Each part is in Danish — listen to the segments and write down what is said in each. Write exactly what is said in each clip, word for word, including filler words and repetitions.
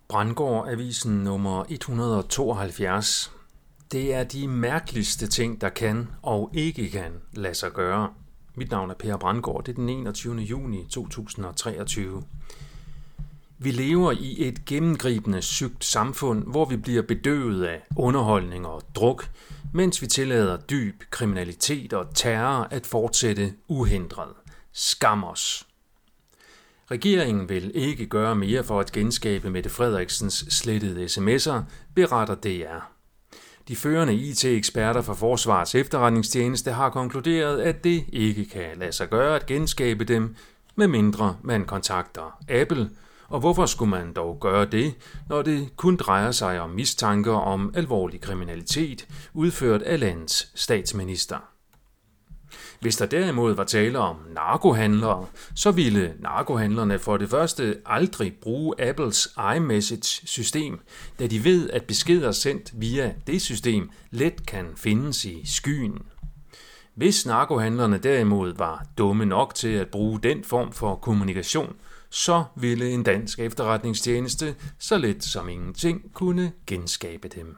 Brandgård Avisen nummer et hundrede og tooghalvfjerds. Det er de mærkeligste ting, der kan og ikke kan lade sig gøre. Mit navn er Per Brandgård. Det er den enogtyvende juni to tusind og treogtyve. Vi lever i et gennemgribende sygt samfund, hvor vi bliver bedøvet af underholdning og druk, mens vi tillader dyb kriminalitet og terror at fortsætte uhindret. Skam os! Regeringen vil ikke gøre mere for at genskabe Mette Frederiksens slettede sms'er, beretter D R. De førende I T-eksperter fra Forsvarets Efterretningstjeneste har konkluderet, at det ikke kan lade sig gøre at genskabe dem, medmindre man kontakter Apple. Og hvorfor skulle man dog gøre det, når det kun drejer sig om mistanker om alvorlig kriminalitet, udført af landets statsminister? Hvis der derimod var tale om narkohandlere, så ville narkohandlerne for det første aldrig bruge Apples iMessage-system, da de ved, at beskeder sendt via det system let kan findes i skyen. Hvis narkohandlerne derimod var dumme nok til at bruge den form for kommunikation, så ville en dansk efterretningstjeneste så let som ingenting kunne genskabe dem.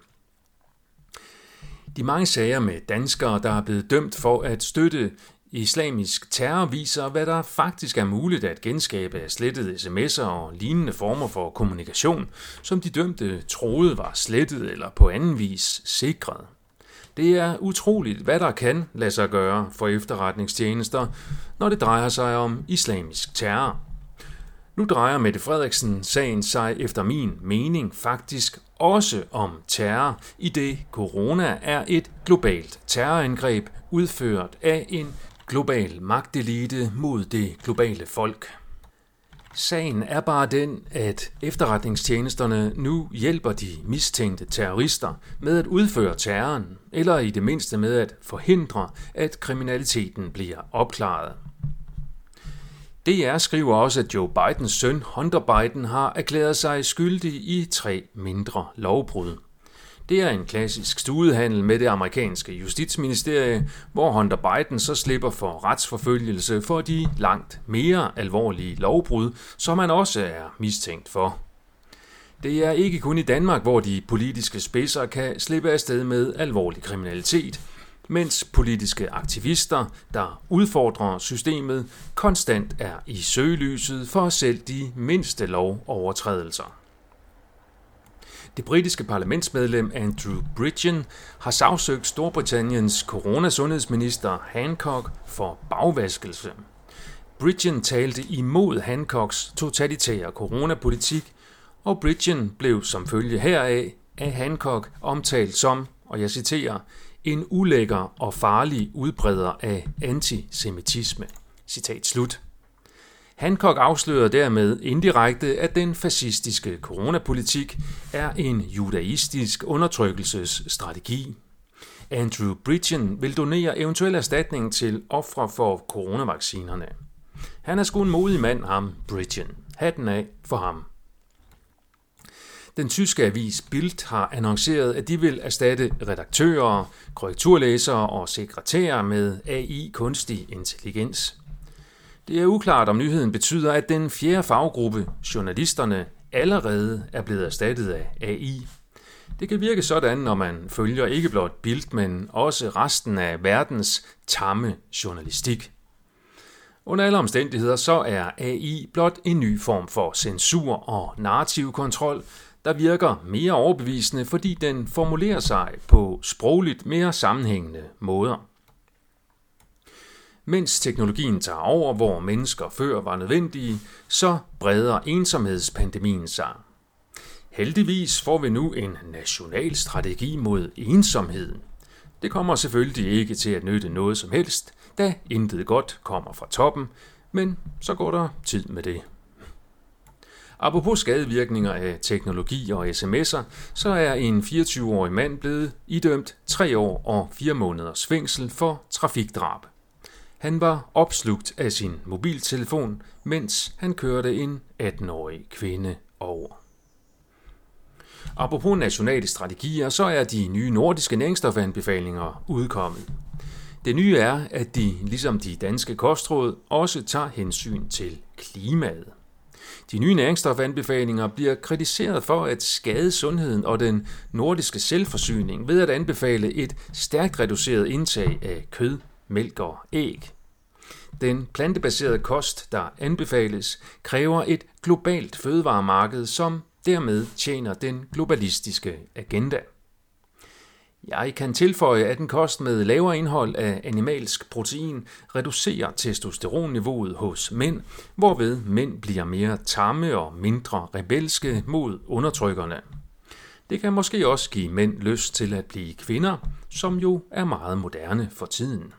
De mange sager med danskere, der er blevet dømt for at støtte islamisk terror, viser, hvad der faktisk er muligt at genskabe af slettede sms'er og lignende former for kommunikation, som de dømte troede var slettet eller på anden vis sikret. Det er utroligt, hvad der kan lade sig gøre for efterretningstjenester, når det drejer sig om islamisk terror. Nu drejer Mette Frederiksen-sagen sig efter min mening faktisk også om terror, i det corona er et globalt terrorangreb udført af en global magtelite mod det globale folk. Sagen er bare den, at efterretningstjenesterne nu hjælper de mistænkte terrorister med at udføre terroren, eller i det mindste med at forhindre, at kriminaliteten bliver opklaret. D R skriver også, at Joe Bidens søn Hunter Biden har erklæret sig skyldig i tre mindre lovbrud. Det er en klassisk studehandel med det amerikanske justitsministerie, hvor Hunter Biden så slipper for retsforfølgelse for de langt mere alvorlige lovbrud, som han også er mistænkt for. Det er ikke kun i Danmark, hvor de politiske spidser kan slippe afsted med alvorlig kriminalitet, mens politiske aktivister, der udfordrer systemet, konstant er i søgelyset for selv de mindste lovovertrædelser. Det britiske parlamentsmedlem Andrew Bridgen har sagsøgt Storbritanniens coronasundhedsminister Hancock for bagvaskelse. Bridgen talte imod Hancocks totalitære coronapolitik, og Bridgen blev som følge heraf af Hancock omtalt som, og jeg citerer, en ulækker og farlig udbreder af antisemitisme. Citat slut. Hancock afslørede dermed indirekte, at den fascistiske coronapolitik er en judaistisk undertrykkelsesstrategi. Andrew Bridgen vil donere eventuel erstatning til ofre for coronavaccinerne. Han er sgu en modig mand, ham Bridgen. Hatten af for ham. Den tyske avis Bild har annonceret, at de vil erstatte redaktører, korrekturlæsere og sekretærer med A I kunstig intelligens. Det er uklart, om nyheden betyder, at den fjerde faggruppe, journalisterne, allerede er blevet erstattet af A I. Det kan virke sådan, når man følger ikke blot Bild, men også resten af verdens tamme journalistik. Under alle omstændigheder så er A I blot en ny form for censur og narrativkontrol, der virker mere overbevisende, fordi den formulerer sig på sprogligt mere sammenhængende måder. Mens teknologien tager over, hvor mennesker før var nødvendige, så breder ensomhedspandemien sig. Heldigvis får vi nu en national strategi mod ensomhed. Det kommer selvfølgelig ikke til at nytte noget som helst, da intet godt kommer fra toppen, men så går der tid med det. Apropos skadevirkninger af teknologi og sms'er, så er en fireogtyve-årig mand blevet idømt tre år og fire måneders fængsel for trafikdrab. Han var opslugt af sin mobiltelefon, mens han kørte en atten-årig kvinde over. Apropos nationale strategier, så er de nye nordiske næringsstofanbefalinger udkommet. Det nye er, at de, ligesom de danske kostråd, også tager hensyn til klimaet. De nye næringsstofanbefalinger bliver kritiseret for at skade sundheden og den nordiske selvforsyning ved at anbefale et stærkt reduceret indtag af kød, mælk og æg. Den plantebaserede kost, der anbefales, kræver et globalt fødevaremarked, som dermed tjener den globalistiske agenda. Jeg kan tilføje, at en kost med lavere indhold af animalsk protein reducerer testosteronniveauet hos mænd, hvorved mænd bliver mere tamme og mindre rebelske mod undertrykkerne. Det kan måske også give mænd lyst til at blive kvinder, som jo er meget moderne for tiden.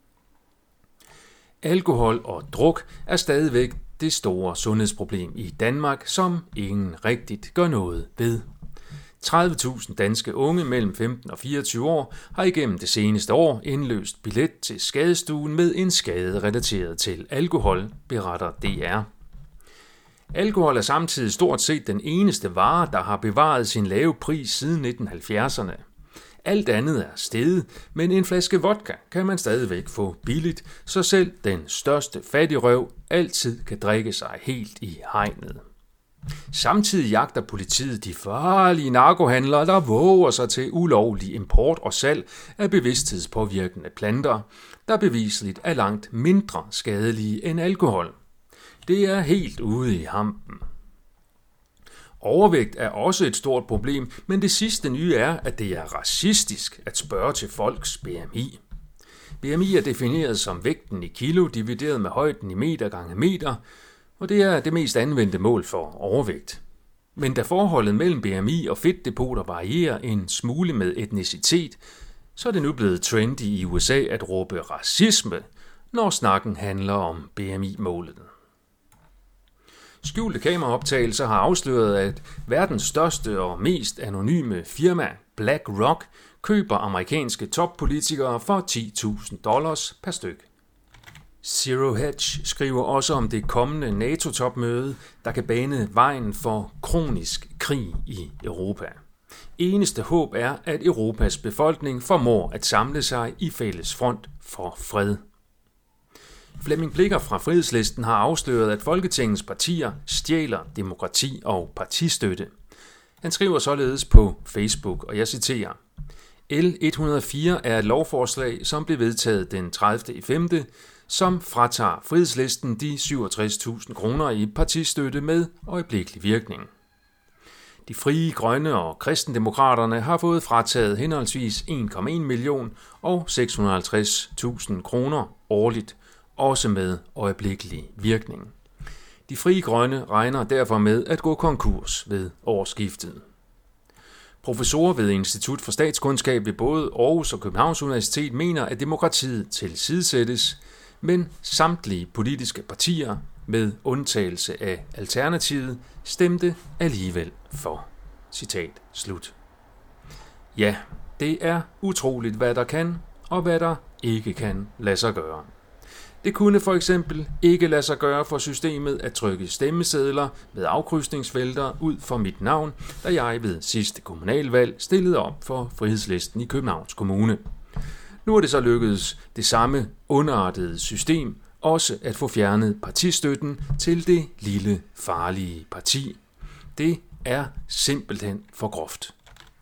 Alkohol og druk er stadigvæk det store sundhedsproblem i Danmark, som ingen rigtigt gør noget ved. tredive tusind danske unge mellem femten og fireogtyve år har igennem det seneste år indløst billet til skadestuen med en skade relateret til alkohol, beretter D R. Alkohol er samtidig stort set den eneste vare, der har bevaret sin lave pris siden nitten halvfjerdserne. Alt andet er steget, men en flaske vodka kan man stadigvæk få billigt, så selv den største fattigrøv altid kan drikke sig helt i hegnet. Samtidig jagter politiet de farlige narkohandlere, der våger sig til ulovlig import og salg af bevidsthedspåvirkende planter, der beviseligt er langt mindre skadelige end alkohol. Det er helt ude i hampen. Overvægt er også et stort problem, men det sidste nye er, at det er racistisk at spørge til folks B M I. B M I er defineret som vægten i kilo divideret med højden i meter gange meter, og det er det mest anvendte mål for overvægt. Men da forholdet mellem B M I og fedtdepoter varierer en smule med etnicitet, så er det nu blevet trendy i U S A at råbe racisme, når snakken handler om B M I-målet. Skjulte kameraoptagelser har afsløret, at verdens største og mest anonyme firma, BlackRock, køber amerikanske toppolitikere for ti tusind dollars per styk. Zero Hedge skriver også om det kommende NATO-topmøde, der kan bane vejen for kronisk krig i Europa. Eneste håb er, at Europas befolkning formår at samle sig i fælles front for fred. Flemming Blicher fra Frihedslisten har afsløret, at Folketingets partier stjæler demokrati og partistøtte. Han skriver således på Facebook, og jeg citerer: L et hundrede og fire er et lovforslag, som blev vedtaget den tredivte femte, som fratager Frihedslisten de syvogtres tusind kroner i partistøtte med øjeblikkelig virkning. De Frie Grønne og Kristendemokraterne har fået frataget henholdsvis en komma en million og seks hundrede og halvtreds tusind kroner årligt, også med øjeblikkelig virkning. De Frie Grønne regner derfor med at gå konkurs ved årsskiftet. Professorer ved Institut for Statskundskab ved både Aarhus og Københavns Universitet mener, at demokratiet tilsidesættes, men samtlige politiske partier, med undtagelse af Alternativet, stemte alligevel for. Citat slut. Ja, det er utroligt, hvad der kan og hvad der ikke kan lade sig gøre. Det kunne for eksempel ikke lade sig gøre for systemet at trykke stemmesedler med afkrydsningsfelter ud for mit navn, da jeg ved sidste kommunalvalg stillede op for Frihedslisten i Københavns Kommune. Nu er det så lykkedes det samme underartede system også at få fjernet partistøtten til det lille farlige parti. Det er simpelthen for groft.